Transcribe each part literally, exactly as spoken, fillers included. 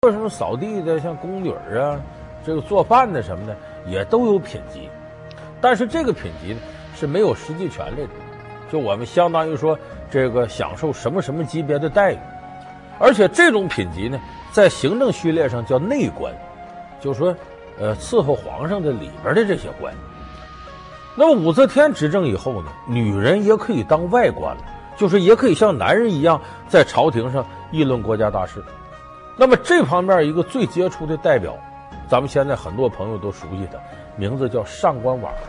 或者说扫地的，像宫女啊，这个做饭的什么的，也都有品级。但是这个品级呢是没有实际权利的，就我们相当于说这个享受什么什么级别的待遇。而且这种品级呢，在行政序列上叫内官，就是说，呃，伺候皇上的里边的这些官。那么武则天执政以后呢，女人也可以当外官了，就是也可以像男人一样在朝廷上议论国家大事。那么这方面一个最杰出的代表，咱们现在很多朋友都熟悉的，名字叫上官婉儿。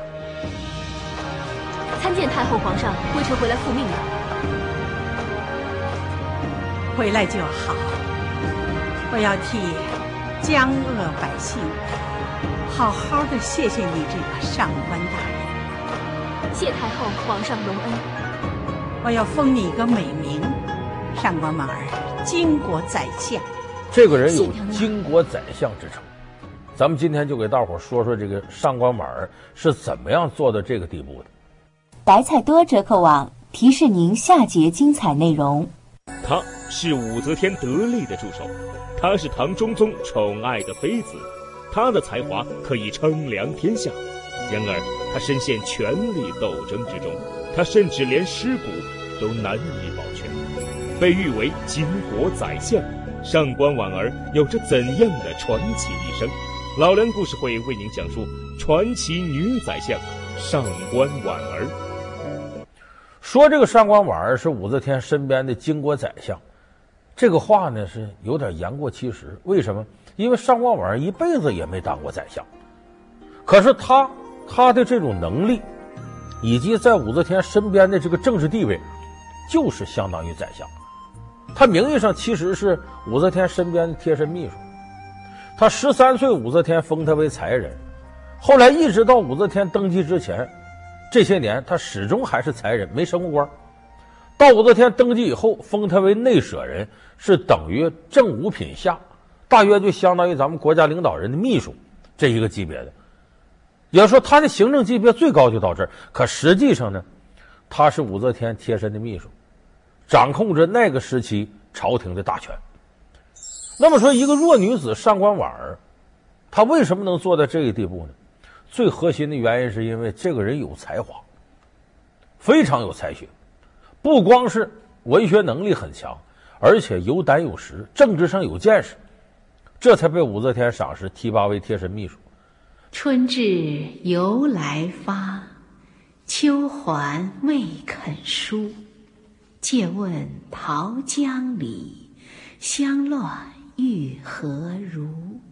参见太后皇上，微臣回来复命了。 回来就好，我要替江鄂百姓好好的谢谢你这个上官大人。 谢太后皇上隆恩。 我要封你一个美名，上官婉儿，巾帼宰相。 这个人有巾帼宰相之称。咱们今天就给大伙说说这个上官婉儿是怎么样做到这个地步的。 白菜多折扣网提示您下节精彩内容。 他是武则天得力的助手，他是唐中宗宠爱的妃子，他的才华可以称量天下。然而他深陷权力斗争之中，他甚至连尸骨都难以保全，被誉为巾帼宰相。上官婉儿有着怎样的传奇一生？老梁故事会为您讲述传奇女宰相上官婉儿。 说这个上官婉儿是武则天身边的巾帼宰相，这个话呢是有点言过其实。为什么？因为上官婉儿一辈子也没当过宰相，可是他他的这种能力，以及在武则天身边的这个政治地位，就是相当于宰相。他名义上其实是武则天身边的贴身秘书。他十三岁，武则天封他为才人，后来一直到武则天登基之前，这些年他始终还是才人，没升过官。到武则天登基以后，封他为内舍人，是等于正五品下，大约就相当于咱们国家领导人的秘书这一个级别的。也就是说，他的行政级别最高就到这儿，可实际上呢，他是武则天贴身的秘书，掌控着那个时期朝廷的大权。那么说，一个弱女子上官婉儿，她为什么能做到这个地步呢？最核心的原因是因为这个人有才华，非常有才学，不光是文学能力很强，而且有胆有识，政治上有见识，这才被武则天赏识，提拔为贴身秘书。 春至犹来发，秋还未肯舒。借问桃江里，香乱欲何如？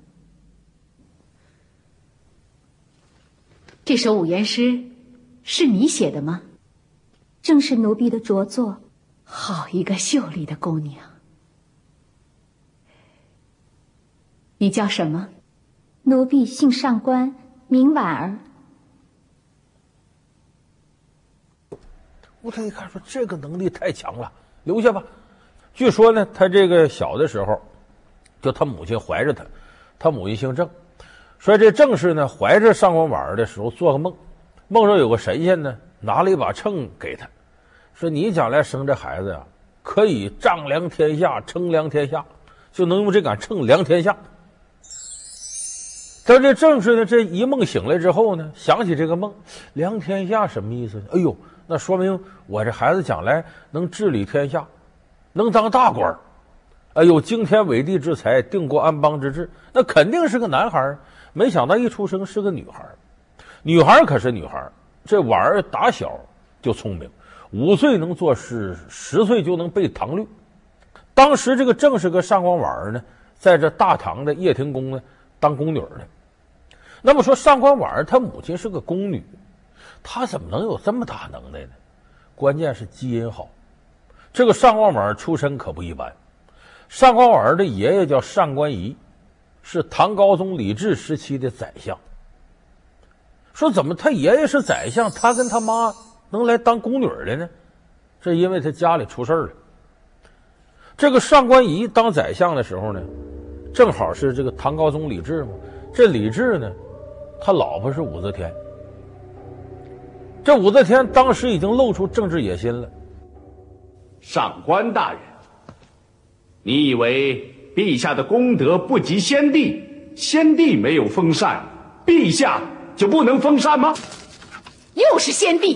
这首五言诗是你写的吗？ 正是奴婢的拙作。 好一个秀丽的姑娘！你叫什么？ 奴婢姓上官，名婉儿。 武则天一看说，这个能力太强了，留下吧。据说呢，他这个小的时候，就他母亲怀着他，他母亲姓郑，说这郑氏呢怀着上官婉儿的时候做个梦，梦中有个神仙呢拿了一把秤给他，说你将来生这孩子呀、啊，可以丈量天下，称量天下，就能用这杆秤量天下。但这郑氏呢，这一梦醒来之后呢，想起这个梦，量天下什么意思呢？哎呦，那说明我这孩子将来能治理天下，能当大官，哎呦，惊天伟地之才，定国安邦之治，那肯定是个男孩。没想到一出生是个女孩。女孩可是女孩，这婉儿打小就聪明，五岁能作诗，十岁就能背唐律。当时这个正是个上官婉儿呢，在这大唐的掖庭宫呢当宫女呢。那么说上官婉儿她母亲是个宫女，她怎么能有这么大能耐呢？关键是基因好。这个上官婉儿出身可不一般，上官婉儿的爷爷叫上官仪，是唐高宗李治时期的宰相。说怎么他爷爷是宰相，他跟他妈能来当宫女的呢？是因为他家里出事了。这个上官仪当宰相的时候呢，正好是这个唐高宗李治嘛。这李治呢，他老婆是武则天。这武则天当时已经露出政治野心了。 上官大人，你以为陛下的功德不及先帝，先帝没有封禅，陛下就不能封禅吗？ 又是先帝，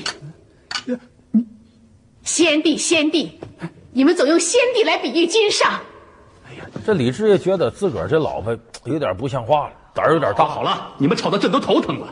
先帝，先帝，你们总用先帝来比喻君上。 哎呀，这李治也觉得自个儿这老婆有点不像话了，胆儿有点大。 好了，你们吵到朕都头疼了。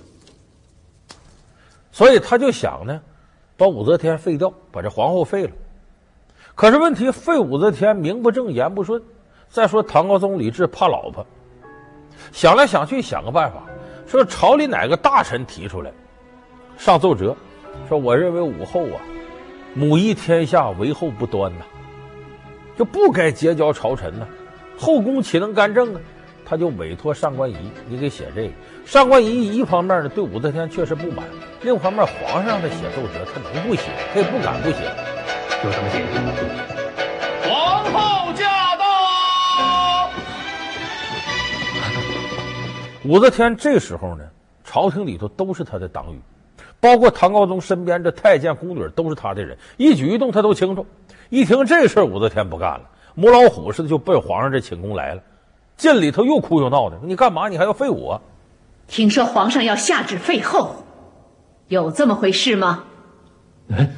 所以他就想呢，把武则天废掉，把这皇后废了。可是问题，废武则天名不正言不顺。再说唐高宗李治怕老婆，想来想去想个办法，说朝里哪个大臣提出来上奏折，说我认为武后啊母仪天下，为后不端呐，就不该结交朝臣呐，后宫岂能干政啊？他就委托上官仪，你给写这个。上官仪一方面呢对武则天确实不满，另一方面皇上让他写奏折，他能不写？他也不敢不写。 就这么写。皇后驾到。 武则天这时候呢，朝廷里头都是他的党羽，包括唐高宗身边这太监宫女都是他的人，一举一动他都清楚。一听这事儿，武则天不干了，母老虎似的就奔皇上这寝宫来了，进里头又哭又闹的，你干嘛？你还要废我？ 听说皇上要下旨废后，有这么回事吗？ 嗯，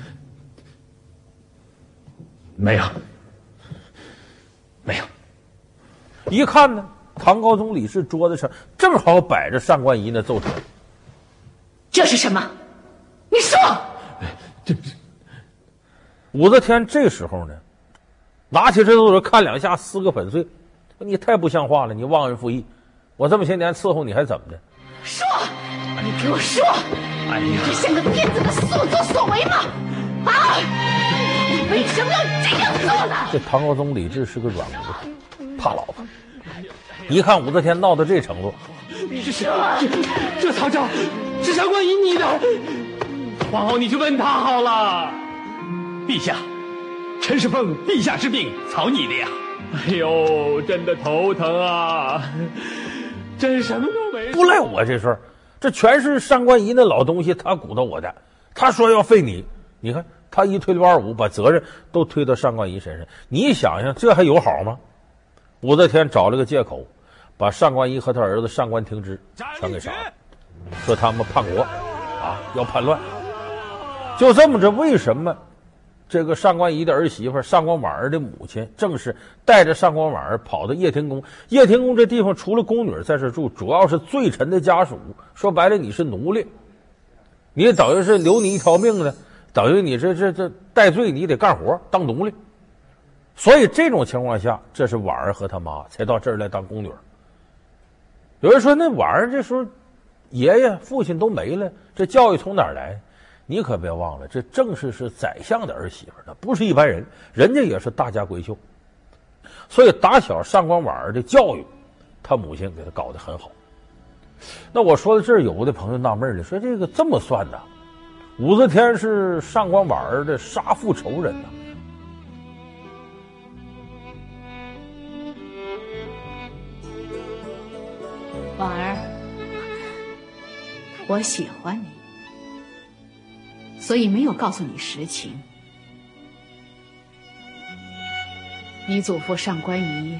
没有，没有。 一看呢，唐高宗李治桌子上正好摆着上官仪那奏折。 这是什么？你说。 这武则天这时候呢，拿起这奏折看两下，撕个粉碎。你太不像话了，你忘恩负义！我这么些年伺候你还怎么的？ 说，你给我说， 哎呀， 这像个骗子的所作所为吗？啊！你为什么要这样做呢？ 这唐高宗李治是个软骨头，怕老婆。一看武则天闹到这程度， 你这是这这曹诏是上官仪拟的，皇后你去问他好了。陛下，臣是奉陛下之命草拟的呀。哎呦，真的头疼啊！朕什么都没不赖我这事儿，这全是上官仪那老东西他鼓捣我的。他说要废你，你看他一推六二五，把责任都推到上官仪身上。你想想，这还有好吗？武则天找了个借口，把上官仪和他儿子上官庭之全给杀了，说他们叛国啊，要叛乱。就这么着，为什么这个上官仪的儿媳妇上官婉儿的母亲正是带着上官婉儿跑到掖庭宫？掖庭宫这地方除了宫女在这住，主要是罪臣的家属。说白了，你是奴隶，你等于是留你一条命呢，等于你这这这戴罪，你得干活当奴隶。所以这种情况下，这是婉儿和他妈才到这儿来当宫女。有人说，那婉儿这时候爷爷父亲都没了，这教育从哪儿来？你可别忘了，这正是是宰相的儿媳妇呢，不是一般人，人家也是大家闺秀。所以打小上官婉儿的教育，他母亲给他搞得很好。那我说到这儿，有的朋友纳闷了，说这个这么算的，武则天是上官婉儿的杀父仇人呐。 婉儿，我喜欢你，所以没有告诉你实情。你祖父上官仪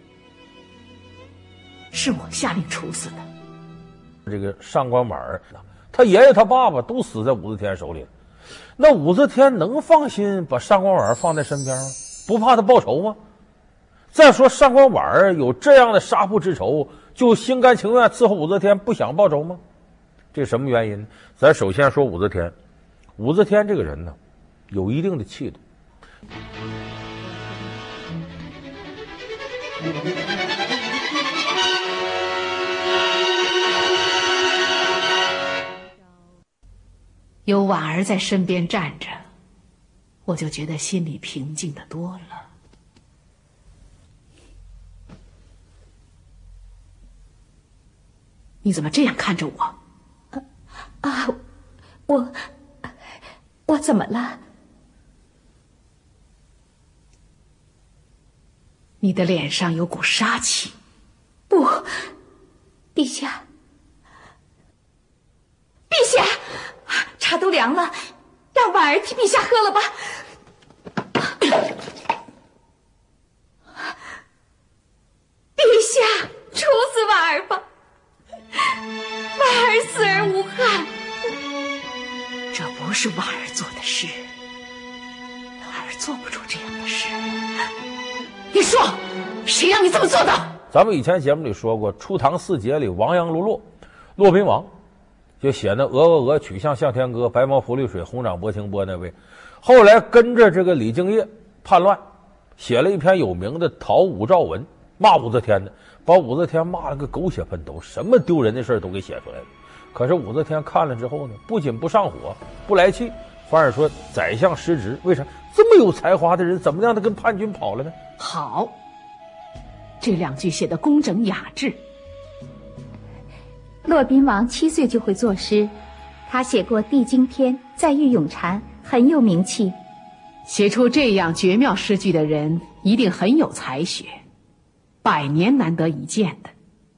是我下令处死的。 这个上官婉儿，他爷爷他爸爸都死在武则天手里了，那武则天能放心把上官婉儿放在身边吗？不怕他报仇吗？再说上官婉儿有这样的杀父之仇，就心甘情愿伺候武则天，不想报仇吗？这什么原因？咱首先说武则天，武则天这个人呢，有一定的气度。 有婉儿在身边站着，我就觉得心里平静得多了。你怎么这样看着我？ 啊，啊我我怎么了？ 你的脸上有股杀气。 不，陛下，陛下，茶都凉了，让婉儿替陛下喝了吧。 是婉儿做的事，婉儿做不出这样的事。你说，谁让你这么做的？ 咱们以前节目里说过，《初唐四杰》里王阳卢骆，骆宾王就写那鹅鹅鹅，曲项向天歌，白毛浮绿水，红掌拨清波那位，后来跟着这个李敬业叛乱，写了一篇有名的《讨武曌文》，骂武则天的，把武则天骂了个狗血喷头，什么丢人的事都给写出来了。可是武则天看了之后呢，不仅不上火，不来气，反而说宰相失职。为啥？这么有才华的人，怎么让他跟叛军跑了呢？ 好，这两句写得工整雅致。 骆宾王七岁就会作诗，他写过《地经篇》《再遇咏蝉》，很有名气。 写出这样绝妙诗句的人，一定很有才学，百年难得一见的。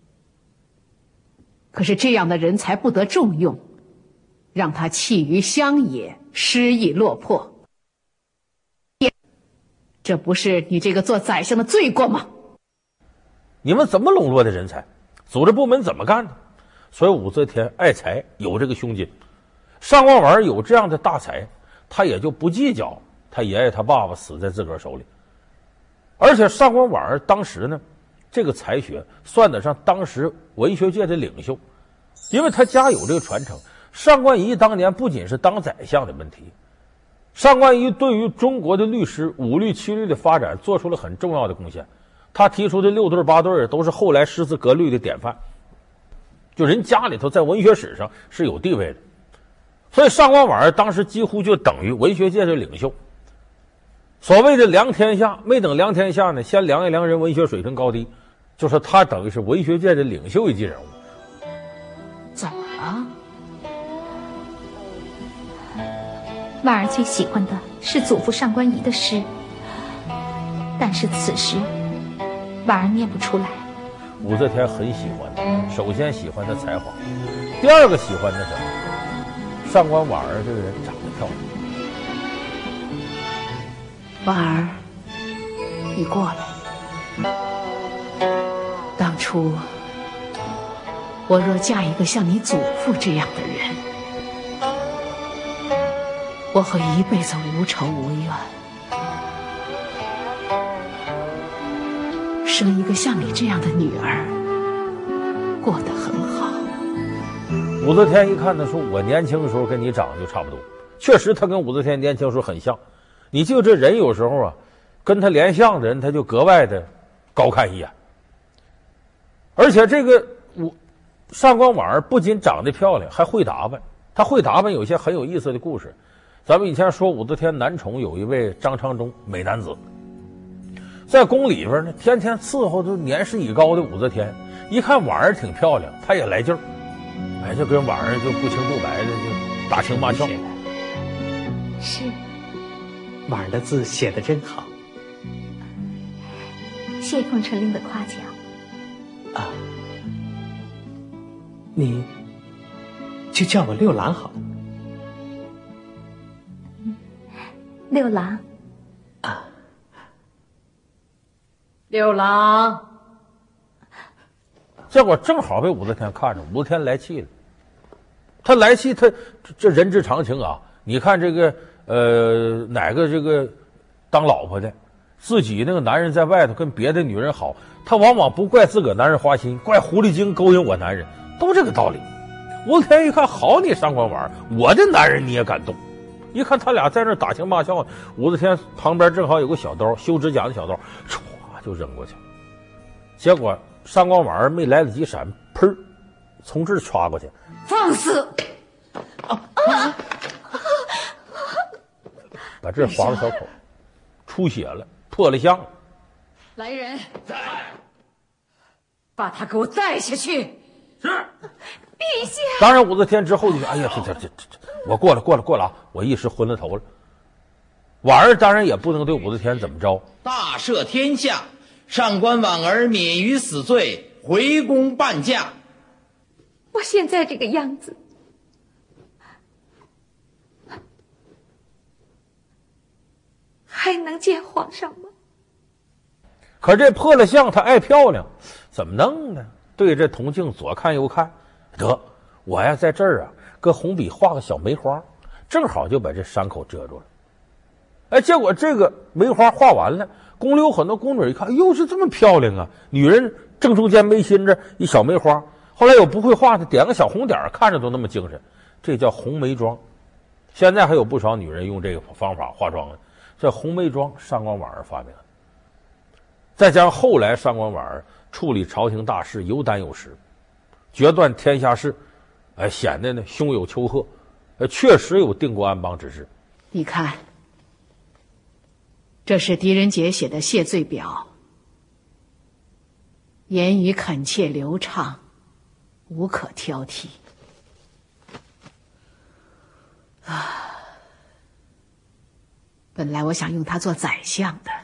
可是这样的人才不得重用，让他弃于乡野，失意落魄，这不是你这个做宰相的罪过吗？ 你们怎么笼络的人才？组织部门怎么干的？所以武则天爱才，有这个胸襟。上官婉儿有这样的大才，他也就不计较他爷爷他爸爸死在自个儿手里。而且上官婉儿当时呢，这个才学算得上当时文学界的领袖，因为他家有这个传承。上官仪当年不仅是当宰相的问题，上官仪对于中国的律师五律七律的发展做出了很重要的贡献。他提出的六对八对都是后来诗词格律的典范，就人家里头在文学史上是有地位的。所以上官婉儿当时几乎就等于文学界的领袖。所谓的量天下，没等量天下呢，先量一量人文学水平高低，就说他等于是文学界的领袖一级人物。 怎么了？ 婉儿最喜欢的是祖父上官仪的诗，但是此时婉儿念不出来。 武则天很喜欢他，首先喜欢他才华，第二个喜欢的什么？上官婉儿这个人长得漂亮。 婉儿，你过来。当初我若嫁一个像你祖父这样的人，我会一辈子无仇无怨。生一个像你这样的女儿，过得很好。 武则天一看他说，我年轻的时候跟你长得就差不多。确实他跟武则天年轻时候很像。你就这人有时候啊，跟他连像的人他就格外的高看一眼。而且这个武上官婉儿不仅长得漂亮，还会打扮。她会打扮有一些很有意思的故事。咱们以前说武则天男宠有一位张昌忠美男子，在宫里边呢，天天伺候着年事已高的武则天，一看婉儿挺漂亮，他也来劲儿，哎，就跟婉儿就不清不白的就打情骂俏。 是， 婉儿的字写得真好。 谢奉承令的夸奖。 啊，你就叫我六郎好了。 六郎。 啊， 六郎。 结果正好被武则天看着，武则天来气了。他来气，他这人之常情啊。你看这个呃哪个这个当老婆的，自己那个男人在外头跟别的女人好，他往往不怪自个男人花心，怪狐狸精勾引我男人，都这个道理。武则天一看，好你上官婉儿，我的男人你也敢动？一看他俩在那打情骂俏，武则天旁边正好有个小刀，修指甲的小刀，唰就扔过去。结果上官婉儿没来得及闪，砰，从这儿歘过去。 放肆！ 啊啊把这划个小口，出血了，破了相了。 来人，在，把他给我带下去。 是， 陛下。 当然，武则天之后就说：“哎呀，这这这这，我过了过了过了啊！我一时昏了头了。”婉儿当然也不能对武则天怎么着。 大赦天下，上官婉儿免于死罪，回宫伴驾。 我现在这个样子，还能见皇上吗？ 可这破了相，他爱漂亮，怎么弄呢？对着铜镜左看右看，得我呀在这儿啊，搁红笔画个小梅花， 正好就把这伤口遮住了。哎，结果这个梅花画完了，宫里有很多宫女一看，哟，是这么漂亮啊！女人正中间眉心这一小梅花，后来有不会画的，点个小红点，看着都那么精神，这叫红梅妆。现在还有不少女人用这个方法化妆了。这红梅妆上官婉儿发明的，再加上后来上官婉儿处理朝廷大事有胆有识，决断天下事，哎，显得呢胸有丘壑，呃，确实有定国安邦之志。 你看，这是狄仁杰写的谢罪表，言语恳切流畅，无可挑剔。啊，本来我想用它做宰相的，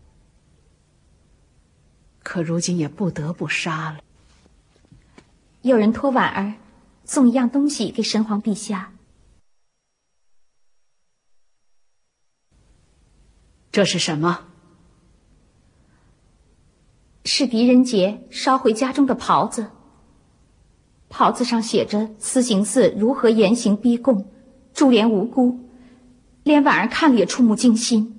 可如今也不得不杀了。 有人托婉儿送一样东西给神皇陛下。 这是什么？ 是狄仁杰烧回家中的袍子，袍子上写着慈行寺如何严刑逼供，株连无辜，连婉儿看了也触目惊心。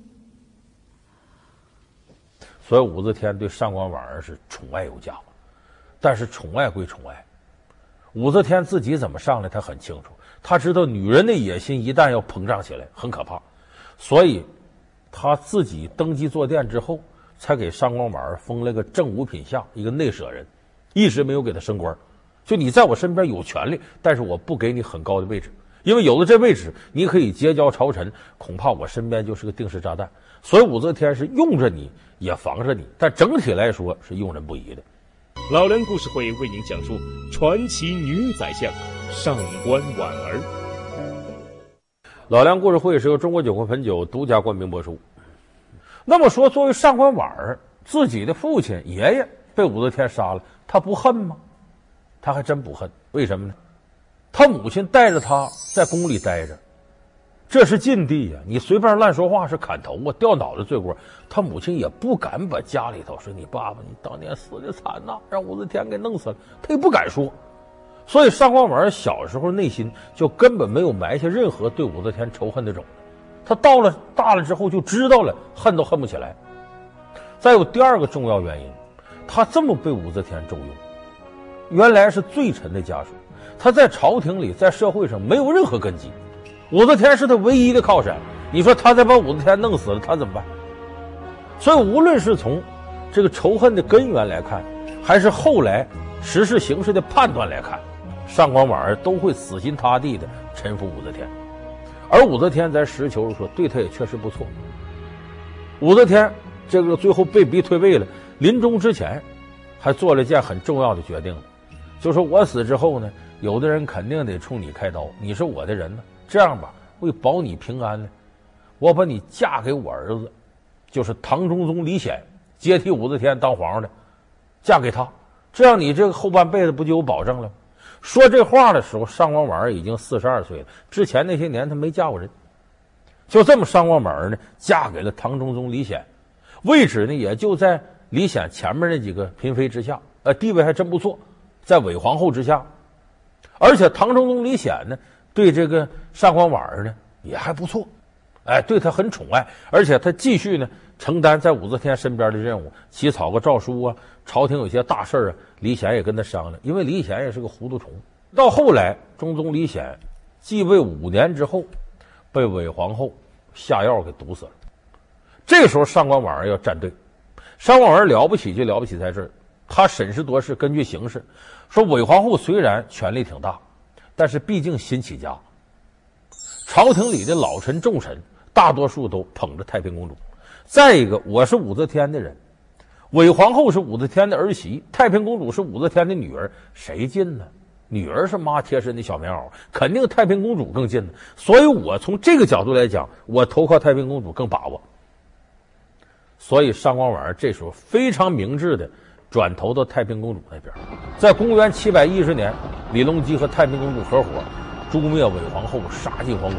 所以武则天对上官婉儿是宠爱有加，但是宠爱归宠爱，武则天自己怎么上来她很清楚，她知道女人的野心一旦要膨胀起来很可怕，所以她自己登基坐殿之后，才给上官婉儿封了个正五品相，一个内舍人，一直没有给她升官。就你在我身边有权利，但是我不给你很高的位置，因为有了这位置，你可以结交朝臣，恐怕我身边就是个定时炸弹。所以武则天是用着你，也防着你，但整体来说是用人不疑的。 老梁故事会为您讲述传奇女宰相上官婉儿。 老梁故事会是由中国酒魂汾酒独家冠名播出。那么说，作为上官婉儿自己的父亲爷爷被武则天杀了，他不恨吗？他还真不恨。为什么呢？他母亲带着他在宫里待着，这是禁地呀、啊！你随便乱说话是砍头啊，掉脑袋罪过。他母亲也不敢把家里头说你爸爸你当年死的惨呐、啊，让武则天给弄死了，他也不敢说。所以上官婉儿小时候内心就根本没有埋下任何对武则天仇恨的种子。他到了大了之后就知道了，恨都恨不起来。再有第二个重要原因，他这么被武则天重用，原来是罪臣的家属，他在朝廷里在社会上没有任何根基，武则天是他唯一的靠山。你说他再把武则天弄死了，他怎么办？所以无论是从这个仇恨的根源来看，还是后来实事行事的判断来看，上官婉儿都会死心塌地的臣服武则天。而武则天在实事求是说，对他也确实不错。武则天这个最后被逼退位了，临终之前还做了一件很重要的决定，就说我死之后呢，有的人肯定得冲你开刀，你是我的人呢，这样吧，为保你平安呢，我把你嫁给我儿子，就是唐中宗李显，接替武则天当皇上的，嫁给他，这样你这个后半辈子不就有保证了吗？说这话的时候，上官婉儿已经四十二岁了，之前那些年她没嫁过人。就这么，上官婉儿呢嫁给了唐中宗李显，位置呢也就在李显前面那几个嫔妃之下，呃，地位还真不错，在韦皇后之下。而且唐中宗李显呢对这个上官婉儿呢也还不错，哎，对他很宠爱，而且他继续呢承担在武则天身边的任务，起草个诏书啊，朝廷有些大事啊，李显也跟他商量，因为李显也是个糊涂虫。到后来中宗李显继位五年之后，被韦皇后下药给毒死了。这个时候上官婉儿要站队，上官婉儿了不起就了不起在这儿，他审时度势，根据形势说，韦皇后虽然权力挺大，但是毕竟新起家，朝廷里的老臣重臣大多数都捧着太平公主。再一个，我是武则天的人，韦皇后是武则天的儿媳，太平公主是武则天的女儿，谁近呢？女儿是妈贴身的小棉袄，肯定太平公主更近呢。所以我从这个角度来讲，我投靠太平公主更把握。所以上官婉儿这时候非常明智的转投到太平公主那边。在公元七百一十年，李隆基和太平公主合伙诛灭韦皇后，杀进皇宫。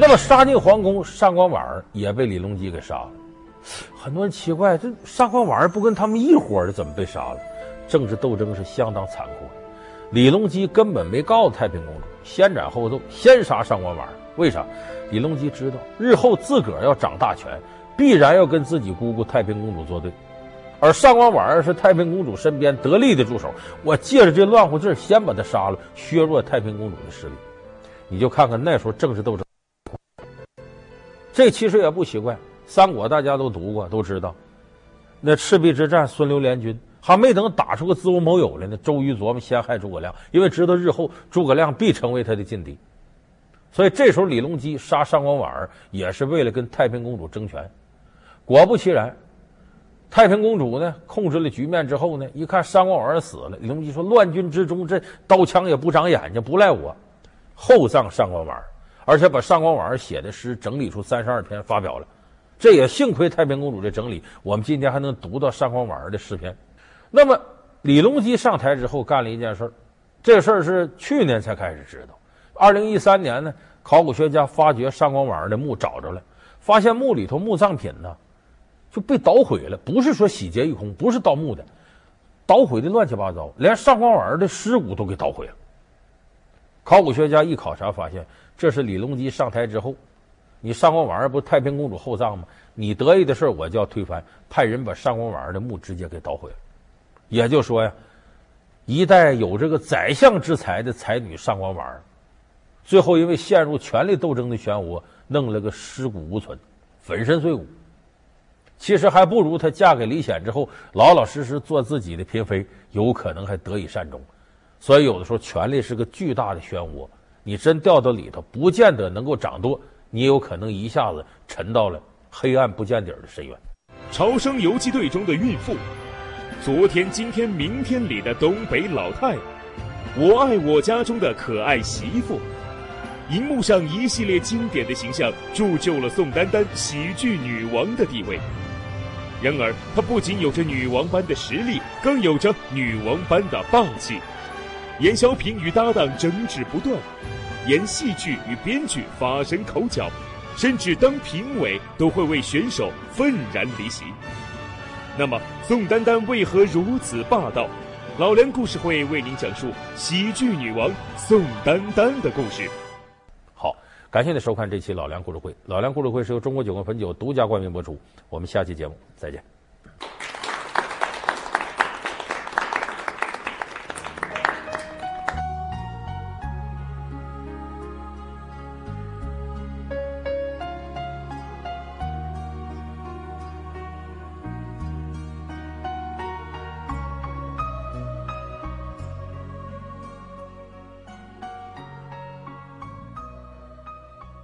么杀进皇宫，上官婉儿也被李隆基给杀了。很多人奇怪，这上官婉儿不跟他们一伙的，怎么被杀了？政治斗争是相当残酷的。李隆基根本没告诉太平公主，先斩后奏，先杀上官婉儿。为啥？李隆基知道日后自个儿要掌大权，必然要跟自己姑姑太平公主作对，而上官婉儿是太平公主身边得力的助手，我借着这乱乎劲儿先把她杀了，削弱太平公主的势力。你就看看那时候政治斗争，这其实也不奇怪。三国大家都读过，都知道那赤壁之战，孙刘联军还没等打出个子午卯酉来呢，周瑜琢磨先害诸葛亮，因为知道日后诸葛亮必成为他的劲敌。所以这时候李隆基杀上官婉儿也是为了跟太平公主争权。果不其然，太平公主呢控制了局面之后呢，一看上官婉儿死了，李隆基说乱军之中这刀枪也不长眼睛，不赖我，厚葬上官婉儿，而且把上官婉儿写的诗整理出三十二篇发表了。这也幸亏太平公主这整理，我们今天还能读到上官婉儿的诗篇。那么李隆基上台之后干了一件事儿，这事儿是去年才开始知道。二零一三年呢，考古学家发掘上官婉儿的墓找着了，发现墓里头墓葬品呢就被捣毁了，不是说洗劫一空，不是盗墓的，捣毁的乱七八糟，连上官婉儿的尸骨都给捣毁了。考古学家一考察发现，这是李隆基上台之后，你上官婉儿不太平公主厚葬吗？你得意的事我就要推翻，派人把上官婉儿的墓直接给捣毁了。也就是说呀，一代有这个宰相之才的才女上官婉儿，最后因为陷入权力斗争的漩涡，弄了个尸骨无存，粉身碎骨。其实还不如她嫁给李显之后，老老实实做自己的嫔妃，有可能还得以善终。所以有的时候权力是个巨大的漩涡，你真掉到里头，不见得能够掌舵，你有可能一下子沉到了黑暗不见底的深渊。 超生游击队中的孕妇，昨天、今天、明天里的东北老太，我爱我家中的可爱媳妇。荧幕上一系列经典的形象铸就了宋丹丹喜剧女王的地位。然而，她不仅有着女王般的实力，更有着女王般的霸气。演小品与搭档争执不断，演戏剧与编剧发生口角，甚至当评委都会为选手愤然离席。那么，宋丹丹为何如此霸道？老梁故事会为您讲述喜剧女王宋丹丹的故事。 好，感谢您收看这期老梁故事会。老梁故事会是由中国酒馆汾酒独家冠名播出。我们下期节目再见。